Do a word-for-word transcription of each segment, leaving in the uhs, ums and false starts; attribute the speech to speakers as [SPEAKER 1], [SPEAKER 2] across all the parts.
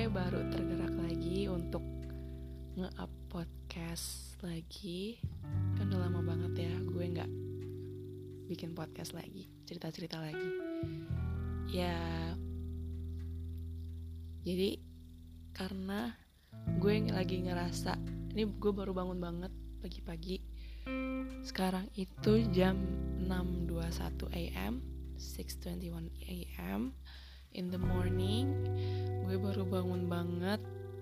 [SPEAKER 1] gue baru tergerak lagi untuk nge-up podcast lagi. Kan udah lama banget ya gue gak bikin podcast lagi, cerita-cerita lagi. Ya, jadi karena gue lagi ngerasa, ini gue baru bangun banget pagi-pagi. Sekarang itu jam enam dua puluh satu a m enam dua puluh satu a m in the morning. Gue baru bangun banget.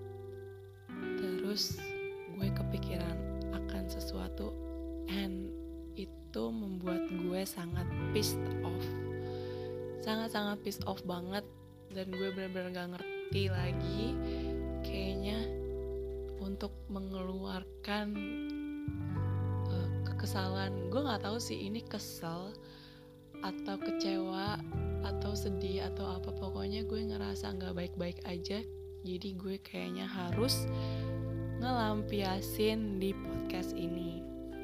[SPEAKER 1] Terus gue kepikiran akan sesuatu, and itu membuat gue sangat pissed off. Sangat-sangat pissed off banget. Dan gue benar-benar gak ngerti lagi kayaknya untuk mengeluarkan uh, kekesalan. Gue gak tahu sih ini kesel atau kecewa atau sedih atau apa. Pokoknya gue ngerasa gak baik-baik aja. Jadi gue kayaknya harus ngelampiasin di podcast ini.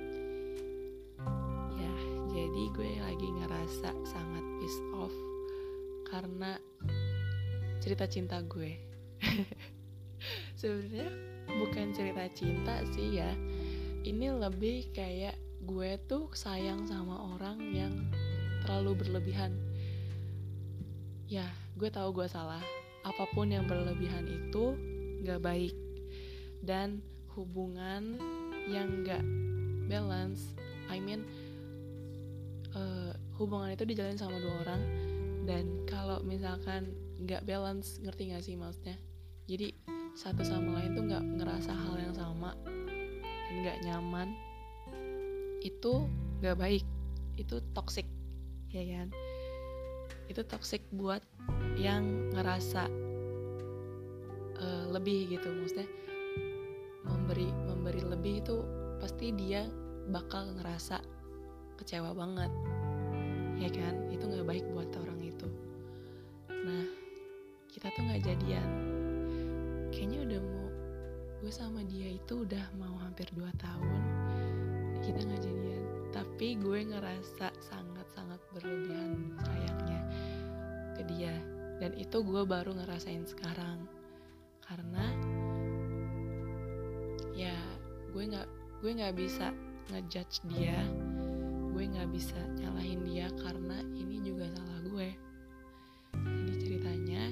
[SPEAKER 1] Ya, jadi gue lagi ngerasa sangat pissed off karena cerita cinta gue. Sebenarnya bukan cerita cinta sih ya. Ini lebih kayak gue tuh sayang sama orang yang terlalu berlebihan. Ya, gue tahu gue salah. Apapun yang berlebihan itu gak baik. Dan hubungan yang gak balance, I mean uh, hubungan itu dijalin sama dua orang. Dan kalau misalkan gak balance, ngerti gak sih maksudnya? Jadi satu sama lain tuh gak ngerasa hal yang sama dan gak nyaman, itu gak baik. Itu toxic, ya kan? Itu toxic buat yang ngerasa uh, lebih gitu. Maksudnya memberi memberi lebih itu pasti dia bakal ngerasa kecewa banget, ya kan? Itu nggak baik buat orang itu. Nah, kita tuh nggak jadian. Kayaknya udah mau, gue sama dia itu udah mau hampir dua tahun kita nggak jadian. Tapi gue ngerasa sangat-sangat berlebihan sayangnya ke dia. Dan itu gue baru ngerasain sekarang. Karena ya gue nggak gue nggak bisa ngejudge dia, gue nggak bisa nyalahin dia karena ini juga salah gue. Jadi ceritanya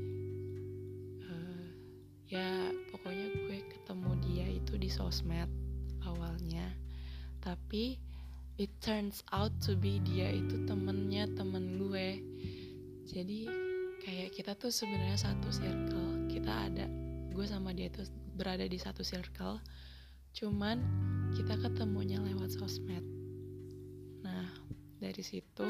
[SPEAKER 1] uh, ya pokoknya gue ketemu dia itu di sosmed awalnya, tapi it turns out to be dia itu temennya temen gue. Jadi kayak kita tuh sebenarnya satu circle, kita ada, gue sama dia tuh berada di satu circle, cuman kita ketemunya lewat sosmed. Nah, dari situ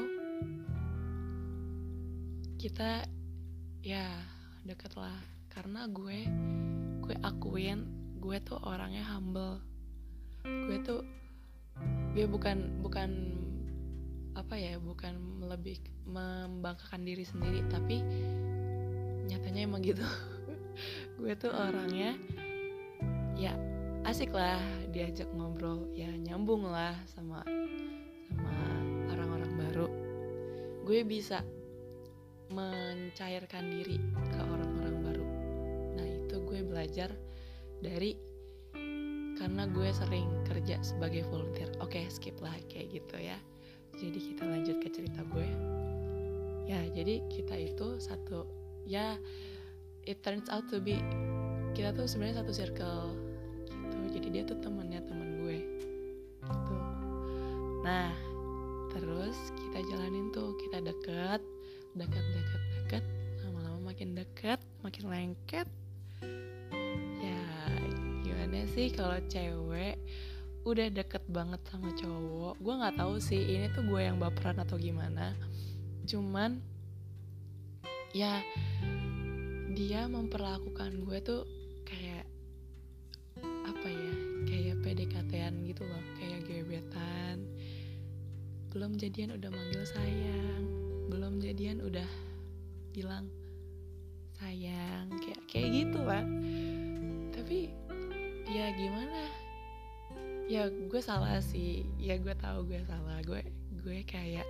[SPEAKER 1] kita ya deket lah, karena gue gue akuin gue tuh orangnya humble. Gue tuh dia bukan bukan apa ya, bukan lebih membanggakan diri sendiri, tapi nyatanya emang gitu. Gue tuh orangnya ya asik lah diajak ngobrol, ya nyambung lah sama sama orang-orang baru. Gue bisa mencairkan diri ke orang-orang baru. Nah, itu gue belajar dari, karena gue sering kerja sebagai volunteer. Oke, skip lah kayak gitu ya. Jadi kita lanjut ke cerita gue. Ya, jadi kita itu satu, ya it turns out to be kita tuh sebenarnya satu circle gitu. Jadi dia tuh temannya teman gue gitu. Nah, terus kita jalanin tuh, kita deket deket deket deket lama-lama makin deket, makin lengket. Ya gimana sih kalau cewek udah deket banget sama cowok. Gue nggak tahu sih ini tuh gue yang baperan atau gimana, cuman ya dia memperlakukan gue tuh kayak apa ya, kayak P D K T-an gitu loh, kayak gebetan. Belum jadian udah manggil sayang, belum jadian udah bilang sayang, kayak kayak gitu lah. Tapi ya gimana, ya gue salah sih, ya gue tahu gue salah, gue gue kayak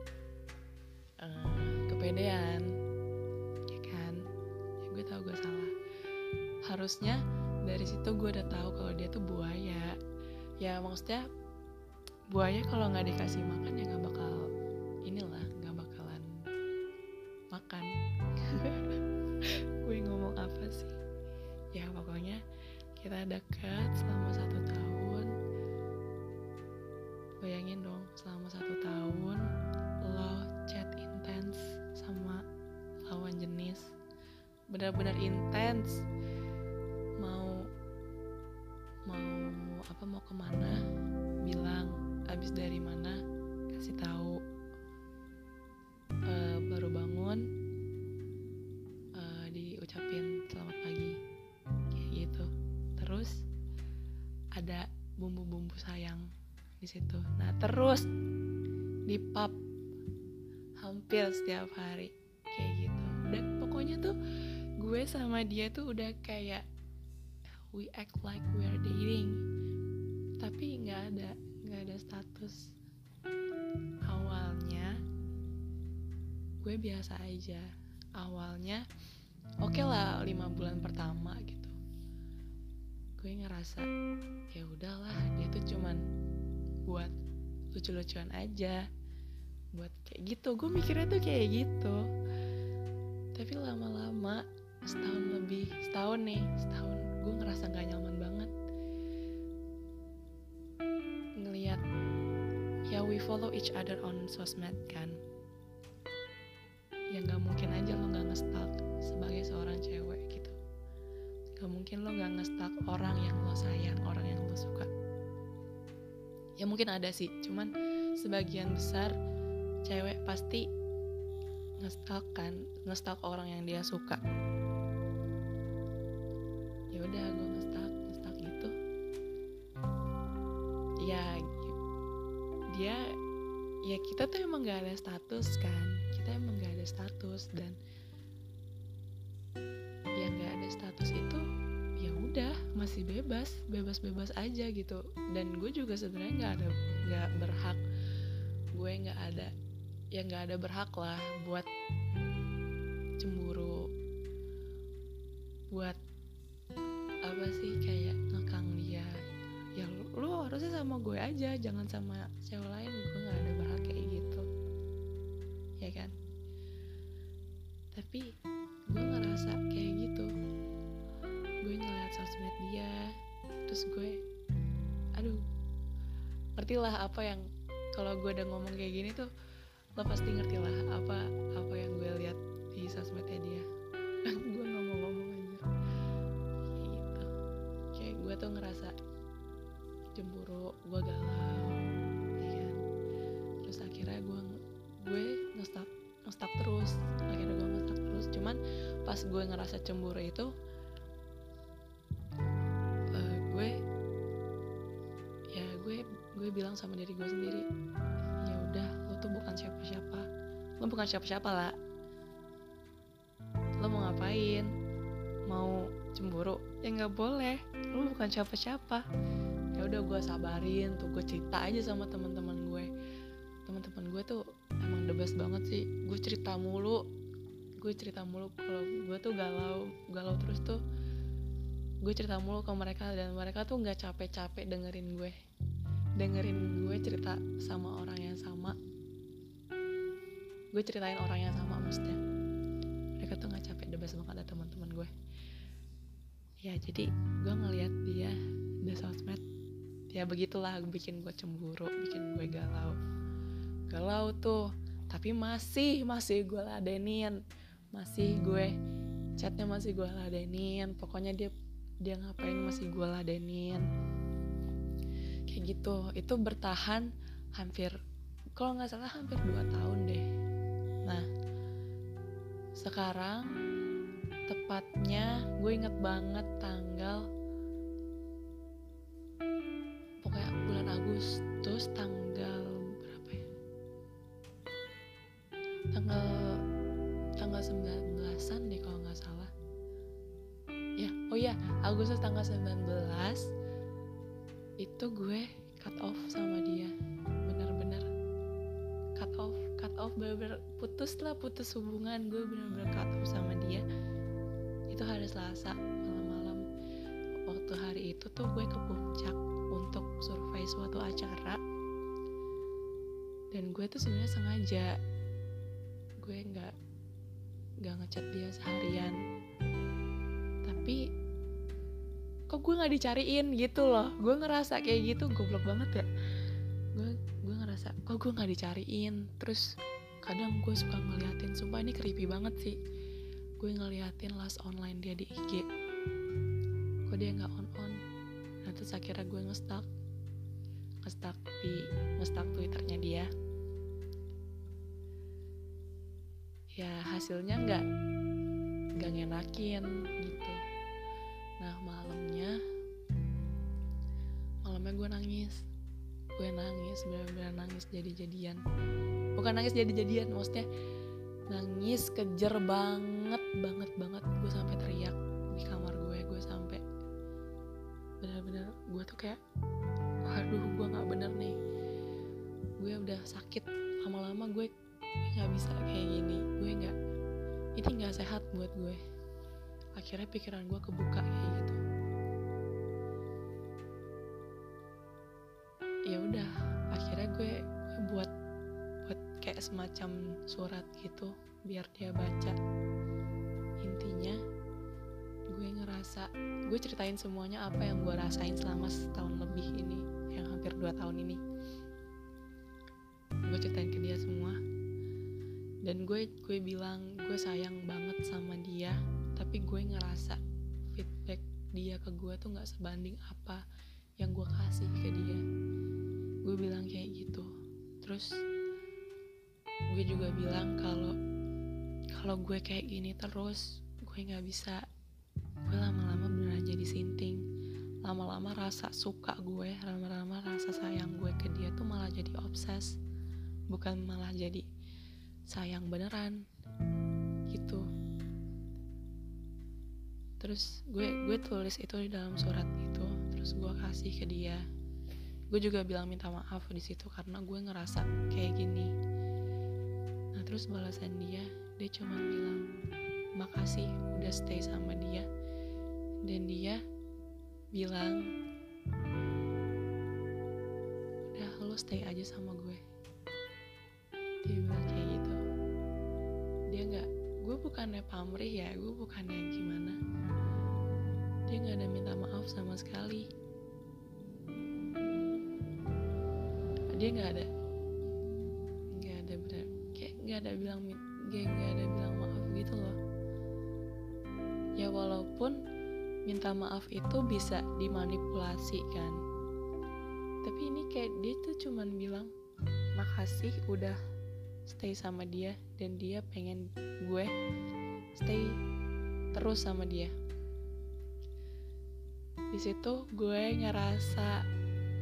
[SPEAKER 1] uh, kepedean, ya kan? Ya gue tahu gue salah. harusnya dari situ gue udah tahu kalau dia tuh buaya. Ya maksudnya buaya kalau nggak dikasih makan ya nggak bakal inilah, nggak bakalan makan. Gue ngomong apa sih? Ya pokoknya kita dekat selama satu tahun. Bayangin dong, selama satu tahun lo chat intens sama lawan jenis, benar-benar intens. Mau mau apa mau kemana, bilang. Abis dari mana, kasih tahu. E, baru bangun, e, diucapin selamat pagi, kayak gitu. Terus ada bumbu-bumbu sayang di situ. Nah terus di pub hampir setiap hari kayak gitu. Udah pokoknya tuh gue sama dia tuh udah kayak we act like we are dating, tapi nggak ada nggak ada status. Awalnya gue biasa aja. Awalnya oke okay lah lima bulan pertama gitu. Gue ngerasa ya udahlah dia tuh cuman buat lucu-lucuan aja, buat kayak gitu. Gue mikirnya tuh kayak gitu. Tapi lama-lama setahun lebih, setahun nih, setahun gue ngerasa gak nyaman banget ngelihat ya we follow each other on sosmed kan. Ya gak mungkin aja lo gak nge-stalk sebagai seorang cewek gitu. Gak mungkin lo gak nge-stalk orang yang lo sayang, orang yang lo suka. Ya mungkin ada sih, cuman sebagian besar cewek pasti nge-stalk kan, nge-stalk orang yang dia suka. Ya udah gue nge-stalk, nge-stalk gitu. Ya dia, ya kita tuh emang gak ada status kan, kita emang gak ada status. Dan yang gak ada status itu ya udah masih bebas, bebas-bebas aja gitu. Dan gue juga sebenarnya nggak ada, nggak berhak, gue nggak ada, ya nggak ada berhak lah buat cemburu, buat apa sih kayak ngekang dia. Ya lu, lu harusnya sama gue aja, jangan sama cewek lain. Gue nggak ada berhak kayak gitu, ya kan? Tapi gue ngerasa kayak gitu. Gue ngeliat sosmed dia, terus gue aduh, ngerti lah apa yang kalau gue udah ngomong kayak gini tuh lo pasti ngerti lah apa apa yang gue lihat di sosmednya dia. Gue ngomong-ngomong aja kayak gitu, kayak gue tuh ngerasa cemburu, gue galau, ya kan? Terus akhirnya gue gue nge-stalk nge-stalk terus, akhirnya gue nge-stalk terus. Cuman pas gue ngerasa cemburu itu gue ya gue gue bilang sama diri gue sendiri, ya udah lo tuh bukan siapa-siapa, lo bukan siapa-siapa lah. Lo mau ngapain? Mau cemburu? Ya nggak boleh. Lo bukan siapa-siapa. Ya udah gue sabarin tuh, gue cerita aja sama teman-teman gue. Teman-teman gue tuh emang the best banget sih. Gue cerita mulu, gue cerita mulu kalau gue tuh galau, galau terus tuh. Gue cerita mulu ke mereka dan mereka tuh gak capek-capek dengerin gue Dengerin gue cerita sama orang yang sama. Gue ceritain orang yang sama maksudnya. Mereka tuh gak capek, the best banget ada teman-teman gue. Ya jadi gue ngeliat dia di sosmed, ya begitulah bikin gue cemburu, bikin gue galau. Galau tuh, tapi masih, masih gue ladenin. Masih gue, chatnya masih gue ladenin. Pokoknya dia dia ngapain masih gue ladenin kayak gitu. Itu bertahan hampir, kalau nggak salah hampir dua tahun deh. Nah sekarang tepatnya gue inget banget tanggal, pokoknya bulan Agustus tanggal berapa ya, tanggal tanggal sembilan belasan deh kalau nggak salah. Ya, oh iya, Agustus tanggal sembilan belas itu gue cut off sama dia. Bener-bener cut off, cut off bener-bener putus lah, putus hubungan. Gue bener-bener cut off sama dia. Itu hari Selasa malam-malam. waktu hari itu tuh gue ke puncak untuk survei suatu acara, dan gue tuh sebenarnya sengaja gue nggak nggak ngechat dia seharian, tapi kok gue nggak dicariin gitu loh. Gue ngerasa kayak gitu, goblok banget ya. Gue gue ngerasa kok gue nggak dicariin. Terus kadang gue suka ngeliatin, sumpah ini creepy banget sih. Gue ngeliatin last online dia di I G, kok dia nggak on on. Nah terus akhirnya gue nge-stalk nge-stalk di nge-stalk Twitternya dia. Ya hasilnya nggak nggak ngenakin gitu. Nah malamnya malamnya gue nangis gue nangis benar-benar nangis jadi-jadian. Bukan nangis jadi-jadian, maksudnya nangis kejer banget banget banget. Gue sampai teriak di kamar gue. Gue sampai benar-benar, gue tuh kayak waduh gue nggak bener nih, gue udah sakit. Lama-lama gue nggak bisa kayak gini, gue nggak, ini nggak sehat buat gue. Akhirnya pikiran gue kebuka kayak gitu. Ya udah, akhirnya gue, gue buat buat kayak semacam surat gitu biar dia baca. Intinya gue ngerasa, gue ceritain semuanya apa yang gue rasain selama setahun lebih ini, yang hampir dua tahun ini. Gue ceritain ke dia semua, dan gue gue bilang gue sayang banget sama dia, tapi gue ngerasa feedback dia ke gue tuh nggak sebanding apa yang gue kasih ke dia. Gue bilang kayak gitu. Terus gue juga bilang kalau kalau gue kayak gini terus, gue nggak bisa. Gue lama-lama beneran jadi sinting. Lama-lama rasa suka gue, lama-lama rasa sayang gue ke dia tuh malah jadi obses, bukan malah jadi sayang beneran gitu. Terus gue gue tulis itu di dalam surat itu, terus gue kasih ke dia. Gue juga bilang minta maaf di situ karena gue ngerasa kayak gini. Nah terus balasan dia, dia cuma bilang makasih udah stay sama dia, dan dia bilang udah lo stay aja sama gue. Dia bilang kayak gitu. Dia nggak, gue bukannya pamrih ya, gue bukannya gimana, dia nggak ada minta maaf sama sekali. Dia nggak ada nggak ada benar kayak nggak ada bilang kayak nggak ada bilang maaf gitu loh. Ya walaupun minta maaf itu bisa dimanipulasi kan, tapi ini kayak dia tuh cuman bilang makasih udah stay sama dia, dan dia pengen gue stay terus sama dia. Di situ gue ngerasa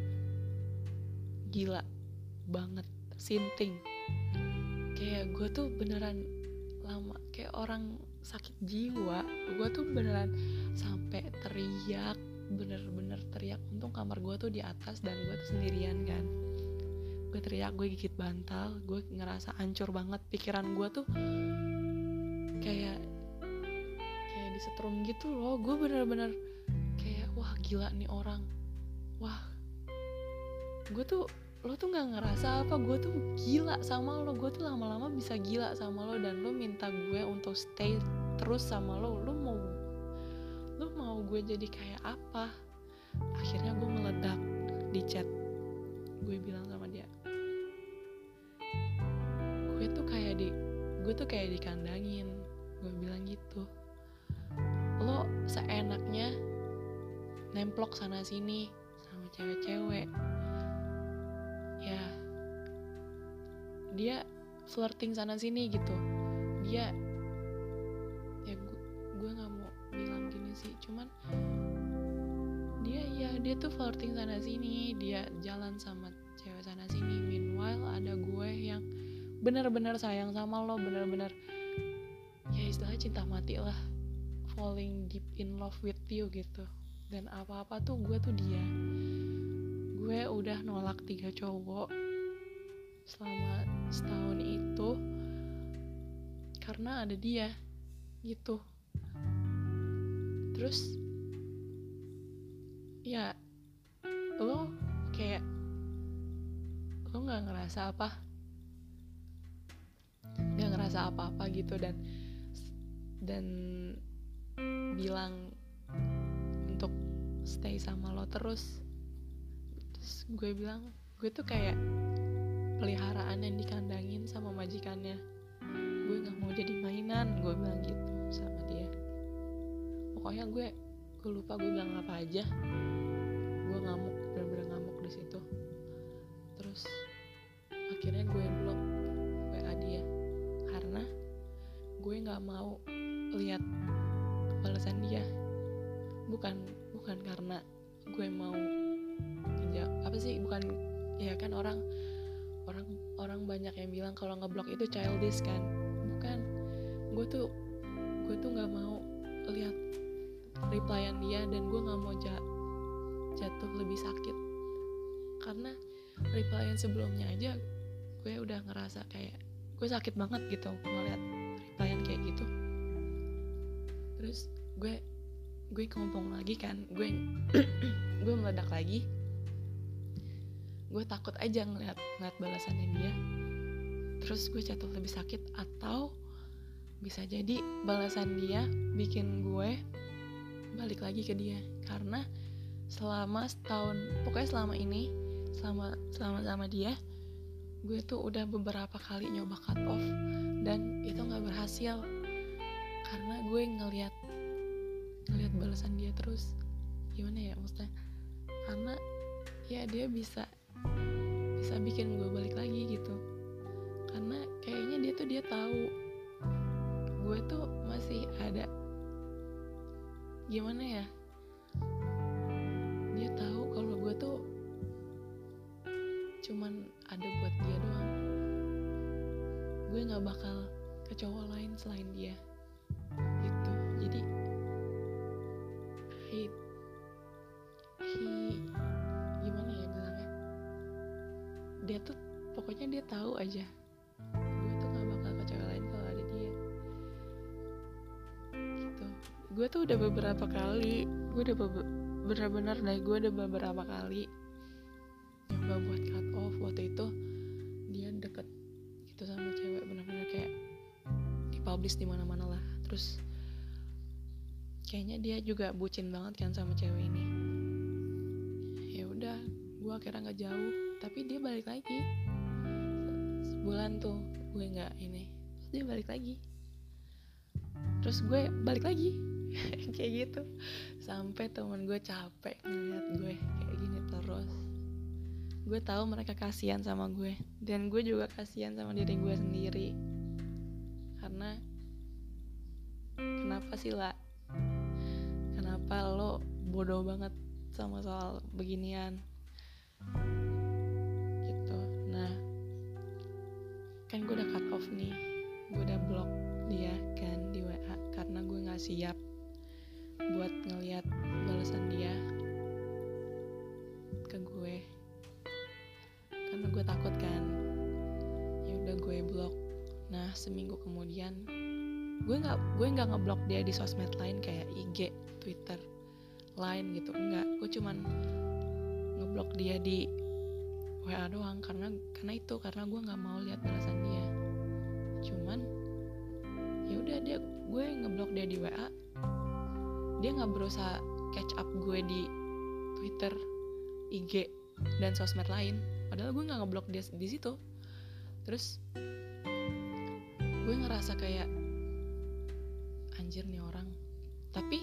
[SPEAKER 1] gila banget, sinting. Kayak gue tuh beneran lama kayak orang sakit jiwa. Gue tuh beneran sampai teriak, bener-bener teriak. Untung kamar gue tuh di atas dan gue tuh sendirian kan. Gue teriak, gue gigit bantal. Gue ngerasa hancur banget. Pikiran gue tuh kayak kayak disetrum gitu loh. Gue bener-bener kayak wah gila nih orang. Wah, gue tuh, lo tuh nggak ngerasa apa gue tuh gila sama lo. Gue tuh lama-lama bisa gila sama lo, dan lo minta gue untuk stay terus sama lo. Lo mau lo mau gue jadi kayak apa? Akhirnya gue meledak di chat. Gue bilang sama dia, gue tuh kayak di gue tuh kayak dikandangin. Gue bilang gitu. Lo seenaknya nemplok sana sini sama cewek-cewek. Ya dia flirting sana sini gitu. Dia ya gue nggak mau bilang gini sih, cuman dia ya dia tuh flirting sana sini, dia jalan sama cewek sana sini. Meanwhile ada gue yang benar-benar sayang sama lo, benar-benar ya istilahnya cinta mati lah, falling deep in love with you gitu. Dan apa-apa tuh gue tuh dia. Gue udah nolak tiga cowok selama setahun itu karena ada dia gitu. Terus ya lo kayak lo nggak ngerasa apa nggak ngerasa apa-apa gitu dan dan bilang untuk stay sama lo terus. Terus gue bilang gue tuh kayak peliharaan yang dikandangin sama majikannya, gue nggak mau jadi mainan, gue bilang gitu sama dia. Pokoknya gue gue lupa gue bilang apa aja. Gue ngamuk, bener-bener ngamuk di situ. Terus akhirnya gue blok W A dia karena gue nggak mau lihat balasan dia. Bukan bukan karena gue mau kerja apa sih, bukan ya kan orang orang orang banyak yang bilang kalau ngeblok itu childish kan. Bukan, gue tuh gue tuh nggak mau lihat replyan dia dan gue nggak mau jat, jatuh lebih sakit karena replyan sebelumnya aja gue udah ngerasa kayak gue sakit banget gitu ngeliat replyan kayak gitu. Terus gue gue ngomong lagi kan, gue gue meledak lagi. Gue takut aja ngeliat ngeliat balasannya dia, terus gue jatuh lebih sakit, atau bisa jadi balasan dia bikin gue balik lagi ke dia. Karena selama setahun, pokoknya selama ini selama selama sama dia, gue tuh udah beberapa kali nyoba cut off dan itu nggak berhasil karena gue ngeliat ngeliat balasan dia terus. Gimana ya maksudnya, karena ya dia bisa bisa bikin gue balik lagi gitu. Karena kayaknya dia tuh dia tahu gue tuh masih ada, gimana ya, dia tahu kalau gue tuh cuman ada buat dia doang. Gue nggak bakal ke cowok lain selain dia gitu. Jadi he he gimana ya bilangnya, dia tuh pokoknya dia tahu aja gue tuh nggak bakal ke cewek lain kalau ada dia gitu. Gue tuh udah beberapa kali, gue udah be- bener-bener deh gue udah beberapa kali nyoba buat cut off. Waktu itu dia deket gitu sama cewek, bener-bener kayak dipublish di mana-mana lah. Terus kayaknya dia juga bucin banget kan sama cewek ini. Ya udah, gue akhirnya nggak jauh, tapi dia balik lagi. Sebulan tuh gue nggak ini, terus dia balik lagi, terus gue balik lagi kayak gitu sampai temen gue capek ngeliat gue kayak gini terus. Gue tahu mereka kasihan sama gue dan gue juga kasihan sama diri gue sendiri. Karena kenapa sih lah, kenapa lo bodoh banget sama soal beginian gitu. Nah kan gue udah cut off nih, gue udah block dia kan di W A karena gue nggak siap buat ngelihat balasan dia ke gue, karena gue takut kan. Ya udah gue blok. Nah seminggu kemudian gue nggak gue nggak ngeblok dia di sosmed lain kayak I G, Twitter, Line gitu, enggak. Gue cuman ngeblok dia di W A doang karena karena itu karena gue nggak mau lihat balasan dia. Cuman ya udah, dia gue ngeblok dia di W A, dia nggak berusaha catch up gue di Twitter, I G dan sosmed lain, padahal gue nggak ngeblok dia di situ. Terus gue ngerasa kayak anjir nih orang. Tapi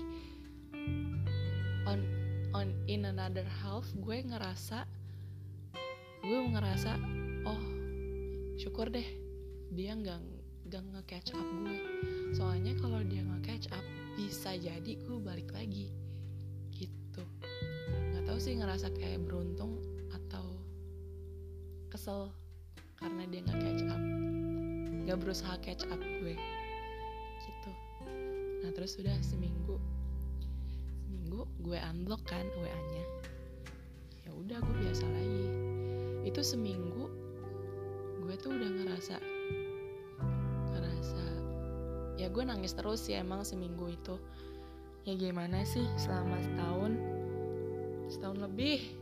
[SPEAKER 1] on on in another half gue ngerasa gue ngerasa oh syukur deh dia nggak nggak nge-catch up gue. Soalnya kalau dia nge-catch up bisa jadi gue balik lagi gitu. Nggak tahu sih ngerasa kayak beruntung atau kesel karena dia nggak catch up, nggak berusaha catch up gue gitu. Nah terus udah seminggu seminggu gue unblock kan W A-nya. Ya udah gue biasa lagi. Itu seminggu gue tuh udah ngerasa ngerasa ya gue nangis terus sih emang seminggu itu. Ya gimana sih selama setahun setahun lebih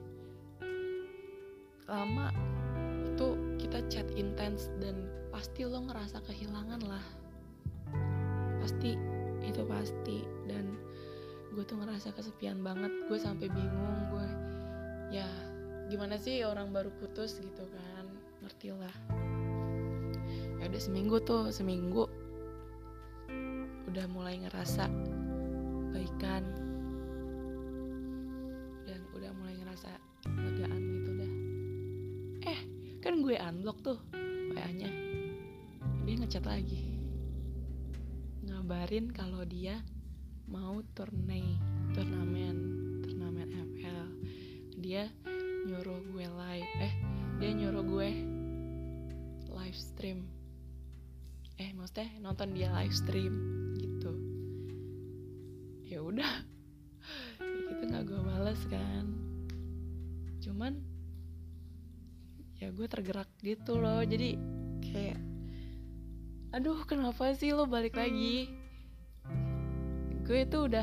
[SPEAKER 1] lama itu kita chat intens, dan pasti lo ngerasa kehilangan lah, pasti itu pasti. Dan gue tuh ngerasa kesepian banget, gue sampai bingung, gue ya gimana sih orang baru putus gitu kan, ngerti lah. Ya udah seminggu tuh seminggu udah mulai ngerasa baikan, dan udah mulai ngerasa legaan gitu dah. Eh kan gue unblock tuh W A-nya, dia ngechat lagi ngabarin kalau dia mau turne turnamen turnamen M L. Dia nyuruh gue live eh dia nyuruh gue live stream eh maksudnya nonton dia live stream gitu. Ya udah itu nggak gue balas kan, cuman ya gue tergerak gitu loh. Jadi kayak aduh kenapa sih lo balik lagi. Gue itu udah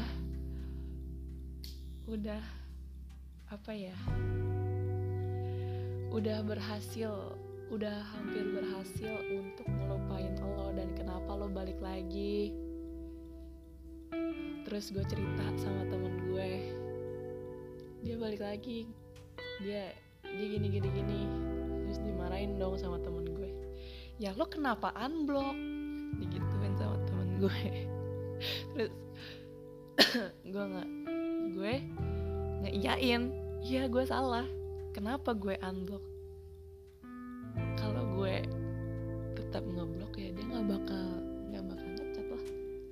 [SPEAKER 1] udah apa ya udah berhasil udah hampir berhasil untuk ngelupain lo, dan kenapa lo balik lagi. Terus gue cerita sama temen gue, dia balik lagi, dia dia gini gini gini terus dimarahin dong sama temen gue. Ya lo kenapa unblock, digituin sama temen gue. Terus gue nggak gue ngeiyain, iya gue salah, kenapa gue unblock. Kalau gue tetap ngeblok ya dia nggak bakal nggak bakal ngechat lah,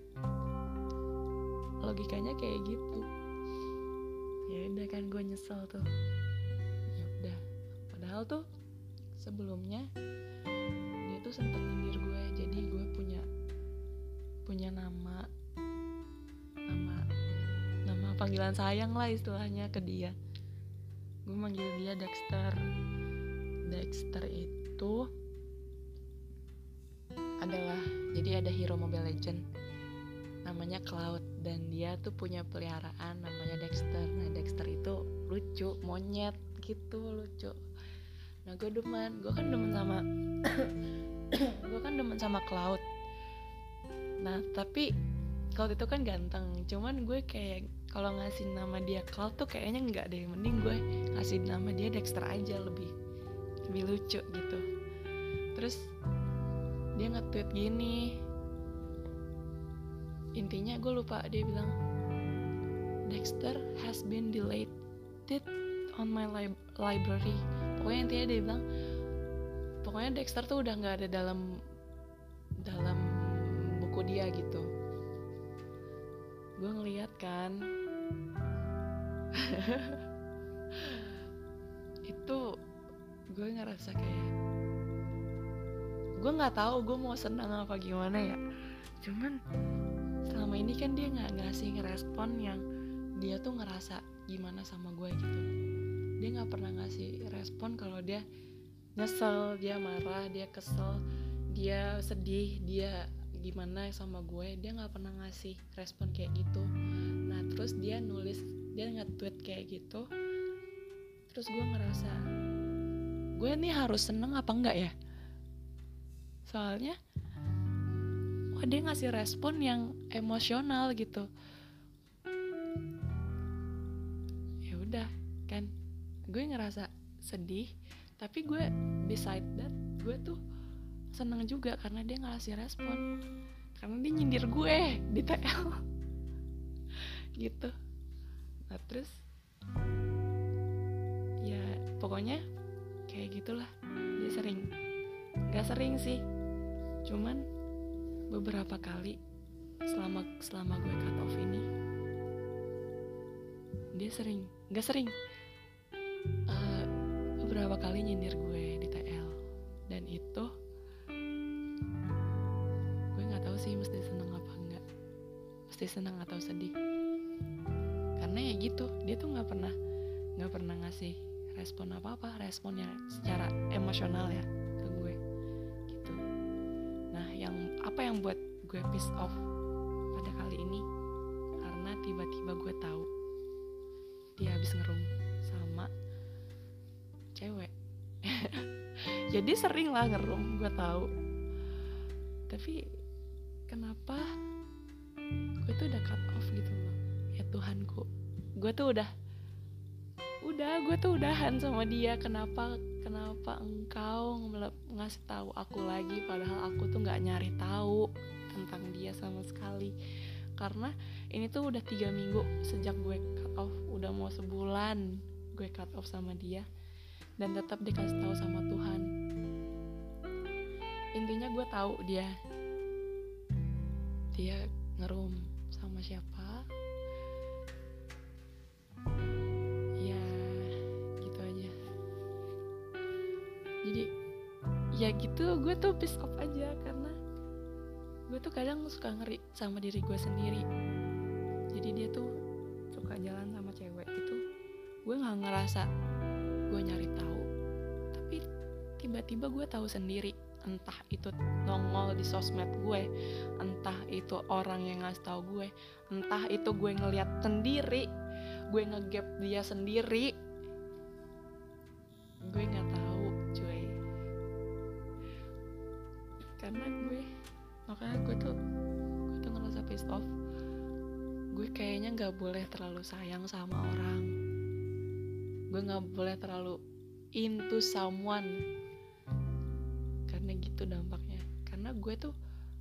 [SPEAKER 1] logikanya kayak gitu. Ya udah kan gue nyesel tuh. Ya udah, padahal tuh sebelumnya dia tuh sempet nyindir gue, jadi gue punya punya nama nama nama panggilan sayang lah istilahnya ke dia. Gue manggil dia Dexter. Dexter itu adalah, jadi ada hero Mobile Legend namanya Cloud, dan dia tuh punya peliharaan namanya Dexter. Nah Dexter itu lucu, monyet gitu, lucu. Nah gue demen, gue kan demen sama gue kan demen sama Cloud. Nah tapi Cloud itu kan ganteng, cuman gue kayak kalau ngasih nama dia Cloud tuh kayaknya nggak deh, mending gue ngasih nama dia Dexter aja, lebih lebih lucu gitu. Terus dia nge-tweet gini, intinya gue lupa, dia bilang Dexter has been deleted on my li- library. Pokoknya intinya dia bilang pokoknya Dexter tuh udah nggak ada dalam dalam buku dia gitu. Gue ngeliat kan itu gue ngerasa kayak gue nggak tahu gue mau senang apa gimana ya. Cuman selama ini kan dia nggak ngasih ngerespon yang dia tuh ngerasa gimana sama gue gitu. Dia nggak pernah ngasih respon kalau dia nyesel, dia marah, dia kesel, dia sedih, dia gimana sama gue. Dia nggak pernah ngasih respon kayak gitu. Nah terus dia nulis, dia nge-tweet kayak gitu. Terus gue ngerasa gue nih harus seneng apa enggak ya, soalnya wah dia ngasih respon yang emosional gitu. Ya udah kan gue ngerasa sedih, tapi gue beside that gue tuh seneng juga karena dia ngasih respon, karena dia nyindir gue di T L gitu. Nah terus ya pokoknya kayak gitulah. Dia sering, nggak sering sih, cuman beberapa kali selama selama gue cut off ini dia sering, nggak sering, uh, beberapa kali nyindir gue di T L. Dan itu gue nggak tahu sih mesti seneng apa enggak, mesti seneng atau sedih, karena ya gitu, dia tuh nggak pernah nggak pernah ngasih respon apa apa, responnya secara emosional ya ke gue gitu. Nah yang apa yang buat gue piss off pada kali ini, karena tiba-tiba gue tahu dia habis ngerum. jadi sering lah ngerum, gue tahu. Tapi kenapa gue tuh udah cut off gitu loh. Ya Tuhanku, gue tuh udah udah gue tuh udahan sama dia. Kenapa kenapa engkau ngasih tahu aku lagi, padahal aku tuh nggak nyari tahu tentang dia sama sekali. Karena ini tuh udah tiga minggu sejak gue cut off, udah mau sebulan gue cut off sama dia, dan tetap dikasih tahu sama Tuhan. Intinya gue tahu dia dia ngerum sama siapa, ya gitu aja. Jadi ya gitu, gue tuh piss off aja karena gue tuh kadang suka ngeri sama diri gue sendiri. Jadi dia tuh suka jalan sama cewek itu, gue nggak ngerasa gue nyari tahu, tapi tiba-tiba gue tahu sendiri. Entah itu nongol di sosmed gue, entah itu orang yang ngasih tahu gue, entah itu gue ngeliat sendiri, gue ngegap dia sendiri, gue nggak tahu cuy. Karena gue makanya gue tuh gue tuh ngerasa pissed off. Gue kayaknya nggak boleh terlalu sayang sama orang, gue nggak boleh terlalu into someone, karena gitu dampaknya. Karena gue tuh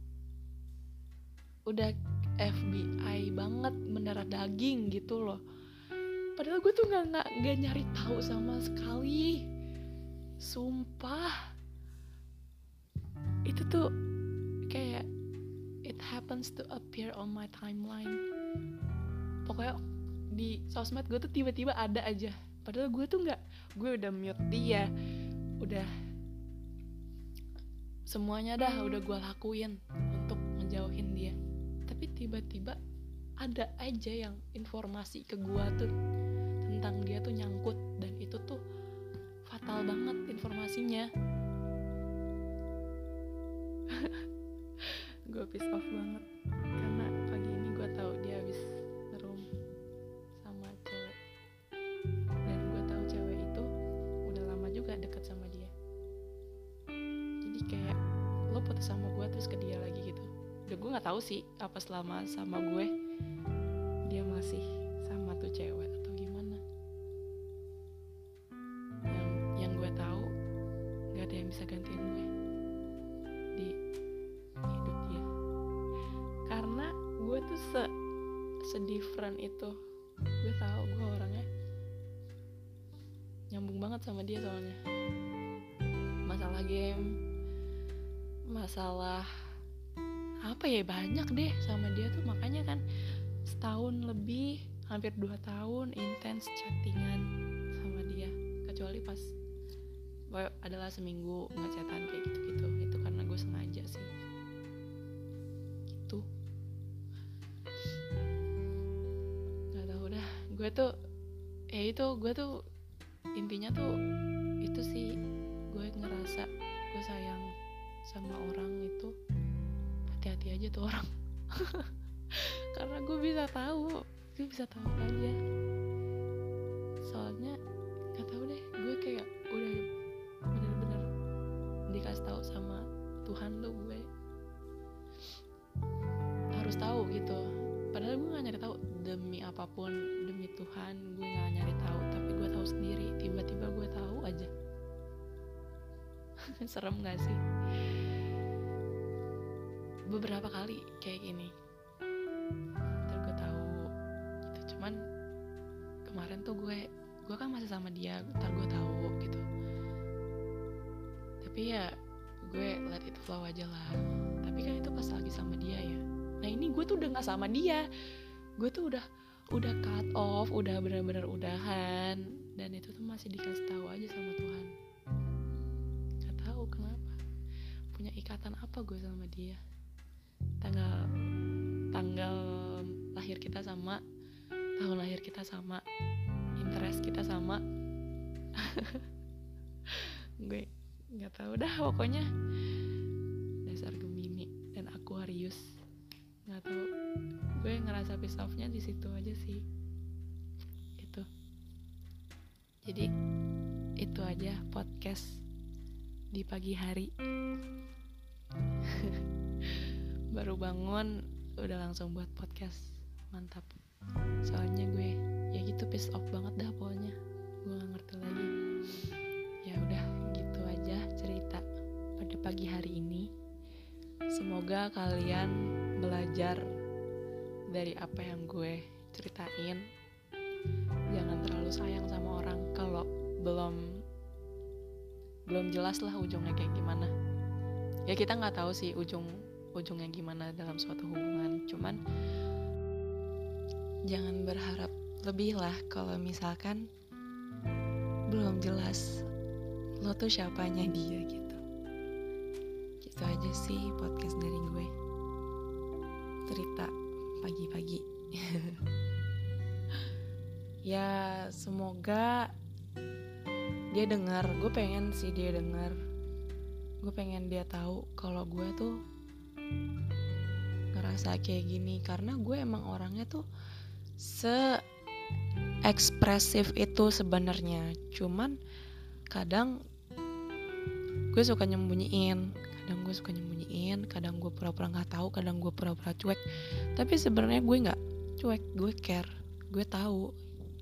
[SPEAKER 1] udah F B I banget, mendarah daging gitu loh. Padahal gue tuh nggak nggak nggak nyari tahu sama sekali, sumpah. Itu tuh kayak it happens to appear on my timeline. Pokoknya di sosmed gue tuh tiba-tiba ada aja. Padahal gue tuh nggak, gue udah mute dia, udah semuanya dah udah gue lakuin untuk ngejauhin dia. Tapi tiba-tiba ada aja yang informasi ke gue tuh tentang dia tuh nyangkut, dan itu tuh fatal banget informasinya. Gue piss off banget karena pagi ini gue tahu dia habis ngerum sama cewek, dan gue tahu cewek itu udah lama juga deket sama dia. Jadi kayak lo putus sama gue terus ke dia lagi gitu. Udah gue nggak tahu sih apa selama sama gue dia masih sama tuh cewek atau gimana. Yang yang gue tahu nggak ada yang bisa gantiin gue di hidup dia, karena gue tuh se sedifferent itu. Gue tahu gue orangnya nyambung banget sama dia, soalnya masalah game, masalah apa ya, banyak deh sama dia tuh. Makanya kan setahun lebih, hampir dua tahun intens chattingan sama dia. Kecuali pas adalah seminggu nggak chatan kayak gitu-gitu, itu karena gue sengaja sih gitu. Nggak tahu dah, gue tuh ya itu gue tuh intinya tuh itu sih, gue ngerasa gue sayang sama orang itu. Hati-hati aja tuh orang. Karena gue bisa tahu, gue bisa tahu aja. Soalnya nggak tahu deh, gue kayak udah bener-bener dikasih tahu sama Tuhan tuh gue harus tahu gitu. Padahal gue nggak nyari tahu, demi apapun, demi Tuhan gue nggak nyari tahu, tapi gue tahu sendiri. Tiba-tiba gue tahu aja. Serem nggak sih? Beberapa kali kayak gini, ntar gue tahu gitu. Cuman kemarin tuh gue gue kan masih sama dia, ntar gue tahu gitu. Tapi ya gue let it flow aja lah. Tapi kan itu pas lagi sama dia ya. Nah ini gue tuh udah nggak sama dia, gue tuh udah udah cut off, udah benar-benar udahan, dan itu tuh masih dikasih tahu aja sama Tuhan. Nggak tahu kenapa, punya ikatan apa gue sama dia. Tanggal tanggal lahir kita sama, tahun lahir kita sama, interest kita sama. Gue nggak tahu dah, pokoknya dasar Gemini dan Aquarius. Nggak tahu, gue ngerasa piss off-nya di situ aja sih. Itu jadi itu aja podcast di pagi hari. Baru bangun udah langsung buat podcast. Mantap. Soalnya gue ya gitu piss off banget dah pokoknya. Gue gak ngerti lagi. Ya udah gitu aja cerita pada pagi hari ini. Semoga kalian belajar dari apa yang gue ceritain. Jangan terlalu sayang sama orang kalau belum belum jelas lah ujungnya kayak gimana. Ya kita nggak tahu sih ujung ujungnya gimana dalam suatu hubungan. Cuman jangan berharap lebih lah kalau misalkan belum jelas lo tuh siapanya dia gitu. Gitu aja sih podcast dari gue. Cerita pagi-pagi. Ya semoga dia dengar. Gue pengen sih dia dengar. Gue pengen dia tahu kalau gue tuh ngerasa kayak gini. Karena gue emang orangnya tuh se ekspresif itu sebenarnya. Cuman kadang gue suka nyembunyiin. Kadang gue suka nyembunyiin. Kadang gue pura-pura gak tahu. Kadang gue pura-pura cuek. Tapi sebenarnya gue gak cuek. Gue care. Gue tahu.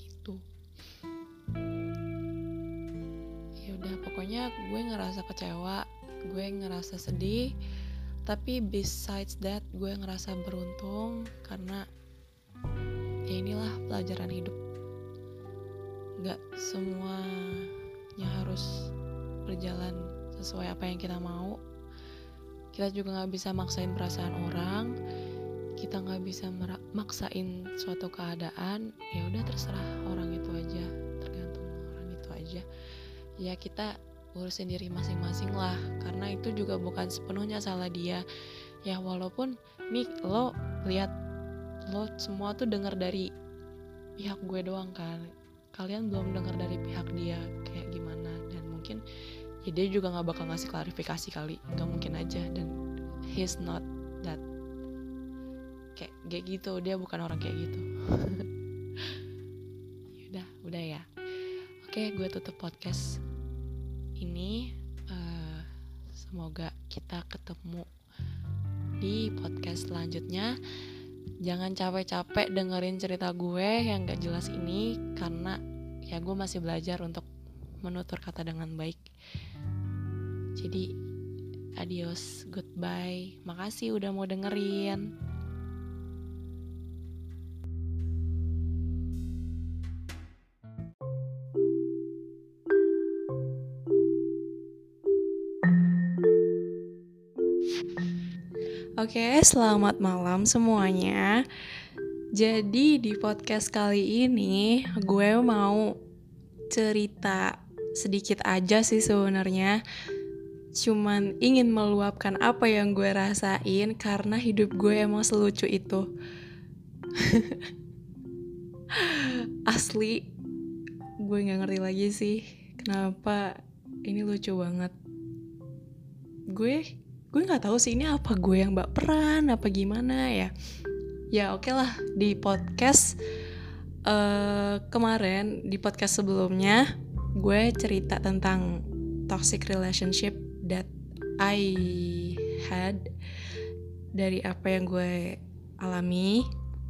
[SPEAKER 1] Ya udah pokoknya gue ngerasa kecewa, gue ngerasa sedih, tapi besides that gue ngerasa beruntung karena ya inilah pelajaran hidup. Gak semuanya harus berjalan sesuai apa yang kita mau. Kita juga gak bisa maksain perasaan orang. Kita gak bisa mer- maksain suatu keadaan. Ya udah terserah orang itu aja, tergantung orang itu aja. Ya kita urusin diri masing-masing lah, karena itu juga bukan sepenuhnya salah dia. Ya walaupun nih lo lihat, lo semua tuh dengar dari pihak gue doang kan, kalian belum dengar dari pihak dia kayak gimana. Dan mungkin ya dia juga gak bakal ngasih klarifikasi kali, gak mungkin aja. Dan he's not that kayak, kayak gitu, dia bukan orang kayak gitu. Yaudah, udah ya. Oke, gue tutup podcast ini. Uh, semoga kita ketemu di podcast selanjutnya. Jangan capek-capek dengerin cerita gue yang gak jelas ini, karena ya gue masih belajar untuk menutur kata dengan baik. Jadi adios, goodbye. Makasih udah mau dengerin. Oke, selamat malam semuanya. Jadi di podcast kali ini gue mau cerita sedikit aja sih sebenarnya. Cuman ingin meluapkan apa yang gue rasain karena hidup gue emang selucu itu. Asli, gue gak ngerti lagi sih kenapa ini lucu banget. Gue gue nggak tahu sih ini apa gue yang baperan apa gimana ya. Ya oke okay lah, di podcast uh, kemarin, di podcast sebelumnya gue cerita tentang toxic relationship that I had, dari apa yang gue alami.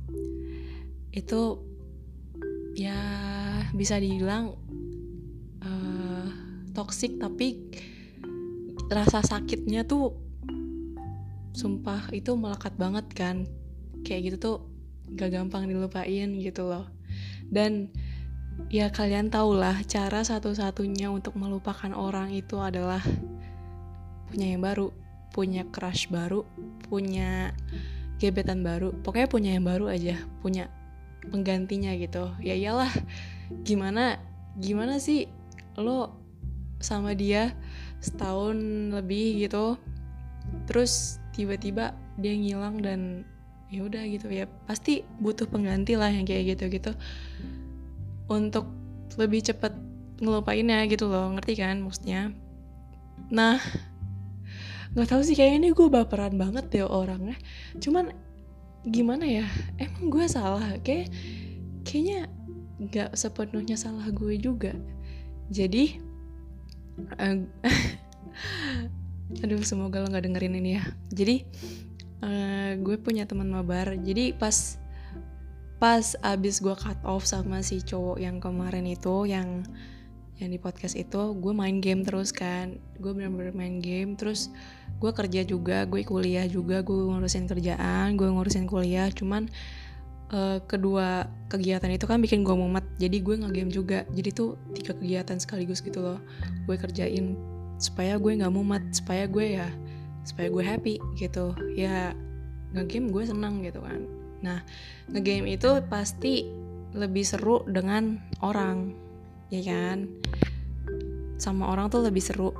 [SPEAKER 1] Itu ya bisa dibilang uh, toxic, tapi rasa sakitnya tuh sumpah itu melekat banget kan. Kayak gitu tuh gak gampang dilupain gitu loh. Dan ya kalian tau lah, cara satu-satunya untuk melupakan orang itu adalah punya yang baru, punya crush baru, punya gebetan baru. Pokoknya punya yang baru aja, punya penggantinya gitu. Ya iyalah, gimana gimana sih lo sama dia setahun lebih gitu, terus tiba-tiba dia ngilang dan ya udah gitu. Ya pasti butuh pengganti lah yang kayak gitu-gitu untuk lebih cepet ngelupainnya gitu loh, ngerti kan maksudnya. Nah, nggak tahu sih, kayaknya ini gue baperan banget deh orangnya. Cuman gimana ya, emang gue salah? Kayak kayaknya nggak sepenuhnya salah gue juga. Jadi uh, Aduh, semoga lo gak dengerin ini ya. Jadi uh, gue punya teman mabar. Jadi pas pas abis gue cut off sama si cowok yang kemarin itu, yang yang di podcast itu, gue main game terus kan. Gue bener-bener main game. Terus gue kerja juga, gue kuliah juga, gue ngurusin kerjaan, gue ngurusin kuliah. Cuman uh, kedua kegiatan itu kan bikin gue mumet. Jadi gue nge-game juga. Jadi tuh tiga kegiatan sekaligus gitu loh. Gue kerjain supaya gue nggak mumet, supaya gue ya supaya gue happy gitu ya. Nge-game gue senang gitu kan. Nah, nge-game itu pasti lebih seru dengan orang, ya kan? Sama orang tuh lebih seru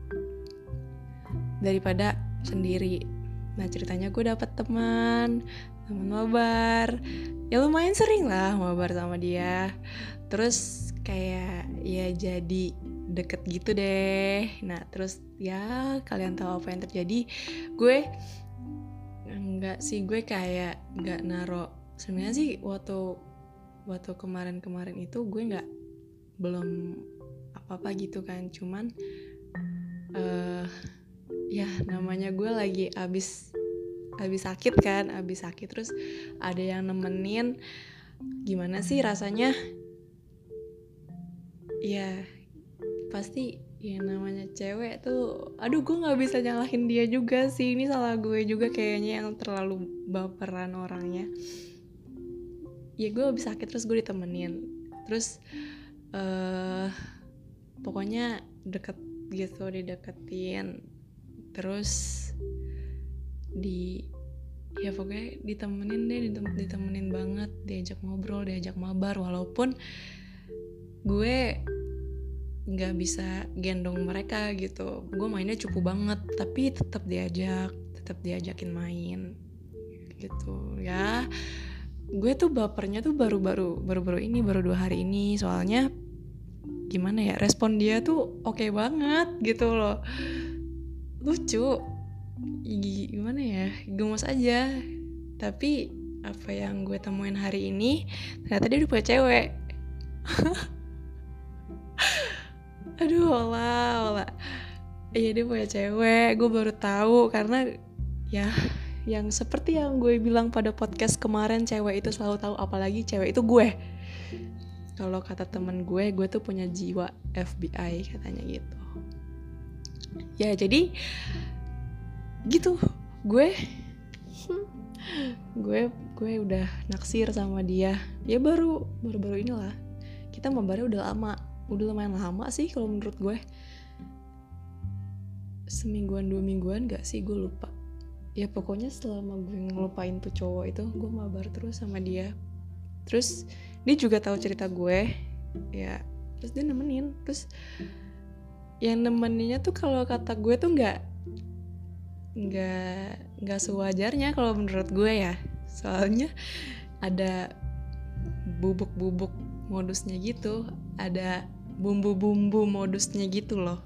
[SPEAKER 1] daripada sendiri. Nah, ceritanya gue dapet teman teman mabar, ya lumayan sering lah mabar sama dia. Terus kayak ya jadi deket gitu deh. Nah terus ya kalian tahu apa yang terjadi. Gue enggak sih, gue kayak enggak naro. Sebenarnya sih waktu waktu kemarin-kemarin itu gue enggak belum apa-apa gitu kan. Cuman uh, ya namanya gue lagi abis abis sakit kan, abis sakit terus ada yang nemenin. Gimana sih rasanya? Ya pasti yang namanya cewek tuh, aduh gue nggak bisa nyalahin dia juga sih, ini salah gue juga kayaknya yang terlalu baperan orangnya. Ya gue habis sakit terus gue ditemenin, terus uh, pokoknya deket gitu, dideketin, terus di ya pokoknya ditemenin deh, ditemenin banget, diajak ngobrol, diajak mabar, walaupun gue nggak bisa gendong mereka gitu. Gue mainnya cupu banget, tapi tetap diajak, tetap diajakin main gitu ya. Gue tuh bapernya tuh baru-baru baru-baru ini, baru dua hari ini. Soalnya gimana ya, respon dia tuh oke okay banget gitu loh, lucu, gimana ya, gemes aja. Tapi apa yang gue temuin hari ini, ternyata dia udah punya cewek. Aduh, olah, olah. Iya, dia punya cewek. Gue baru tahu karena ya yang seperti yang gue bilang pada podcast kemarin, cewek itu selalu tahu, apalagi cewek itu gue. Kalau kata temen gue, gue tuh punya jiwa F B I katanya gitu. Ya jadi gitu, gue gue gue udah naksir sama dia. Ya baru baru baru inilah. Kita mabarnya udah lama. Udah lumayan lama sih kalau menurut gue. Semingguan dua mingguan gak sih, gue lupa. Ya pokoknya selama gue ngelupain tuh cowok itu, gue mabar terus sama dia. Terus dia juga tahu cerita gue. Ya terus dia nemenin. Terus yang nemeninnya tuh kalau kata gue tuh gak Gak Gak sewajarnya kalau menurut gue ya. Soalnya ada bubuk-bubuk modusnya gitu, ada bumbu-bumbu modusnya gitu loh,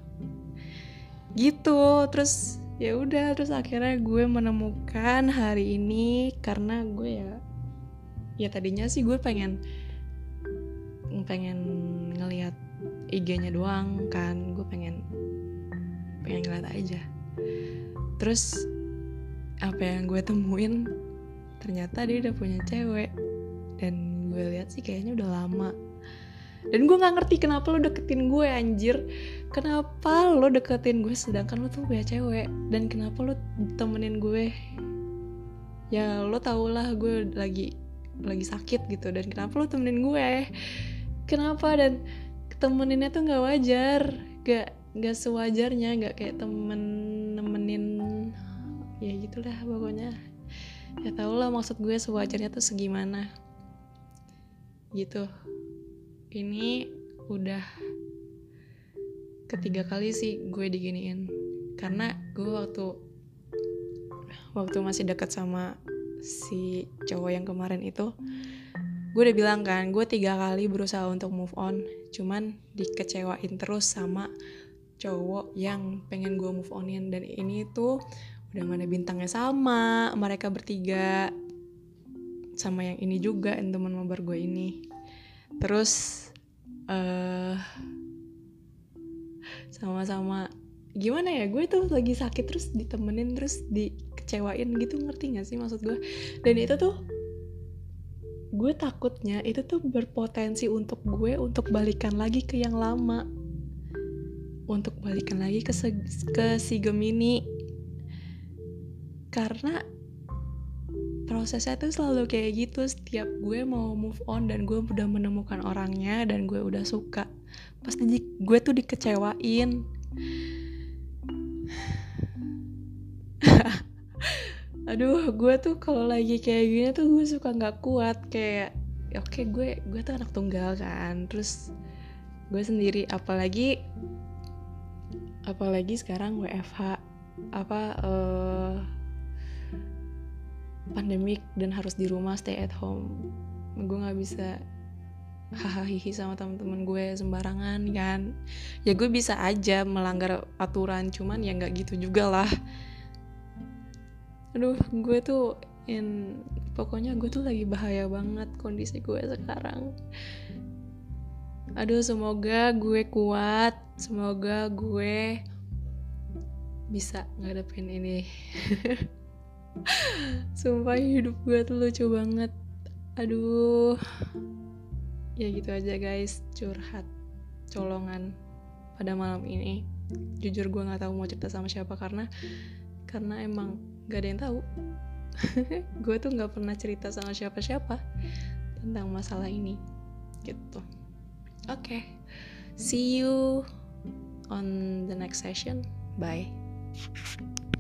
[SPEAKER 1] gitu. Terus ya udah, terus akhirnya gue menemukan hari ini karena gue ya ya tadinya sih gue pengen pengen ngelihat I G-nya doang kan, gue pengen pengen ngeliat aja. Terus apa yang gue temuin, ternyata dia udah punya cewek. Dan gue lihat sih kayaknya udah lama. Dan gue gak ngerti kenapa lo deketin gue, anjir. Kenapa lo deketin gue sedangkan lo tuh punya cewek. Dan kenapa lo temenin gue. Ya lo tau lah gue lagi lagi sakit gitu. Dan kenapa lo temenin gue. Kenapa, dan temeninnya tuh gak wajar. Gak, gak sewajarnya. Gak kayak temen nemenin. Ya gitulah pokoknya. Ya tau lah maksud gue sewajarnya tuh segimana gitu. Ini udah ketiga kali sih gue diginiin. Karena gue waktu Waktu masih dekat sama si cowok yang kemarin itu, gue udah bilang kan, gue tiga kali berusaha untuk move on, cuman dikecewain terus sama cowok yang pengen gue move onin. Dan ini tuh udah mana bintangnya sama mereka bertiga, sama yang ini juga, yang teman mabar gue ini. Terus uh, sama-sama gimana ya, gue tuh lagi sakit terus ditemenin terus dikecewain gitu, ngerti gak sih maksud gue? Dan itu tuh gue takutnya itu tuh berpotensi untuk gue untuk balikan lagi ke yang lama, untuk balikan lagi ke, se- ke si Gemini, karena prosesnya tuh selalu kayak gitu. Setiap gue mau move on dan gue udah menemukan orangnya dan gue udah suka, pasti di, gue tuh dikecewain. Aduh, gue tuh kalau lagi kayak gini tuh gue suka nggak kuat, kayak oke okay, gue gue tuh anak tunggal kan, terus gue sendiri, apalagi apalagi sekarang W F H, apa uh, pandemik dan harus di rumah, stay at home. Gue nggak bisa hahaha sama teman-teman gue sembarangan kan. Ya gue bisa aja melanggar aturan, cuman ya nggak gitu juga lah. Aduh, gue tuh in pokoknya gue tuh lagi bahaya banget kondisi gue sekarang. Aduh, semoga gue kuat, semoga gue bisa ngadepin ini. Sumpah hidup gue tuh lucu banget. Aduh. Ya gitu aja guys, curhat colongan pada malam ini. Jujur gue nggak tahu mau cerita sama siapa, karena karena emang gak ada yang tahu. Gue tuh nggak pernah cerita sama siapa-siapa tentang masalah ini gitu. Oke, okay. See you on the next session. Bye.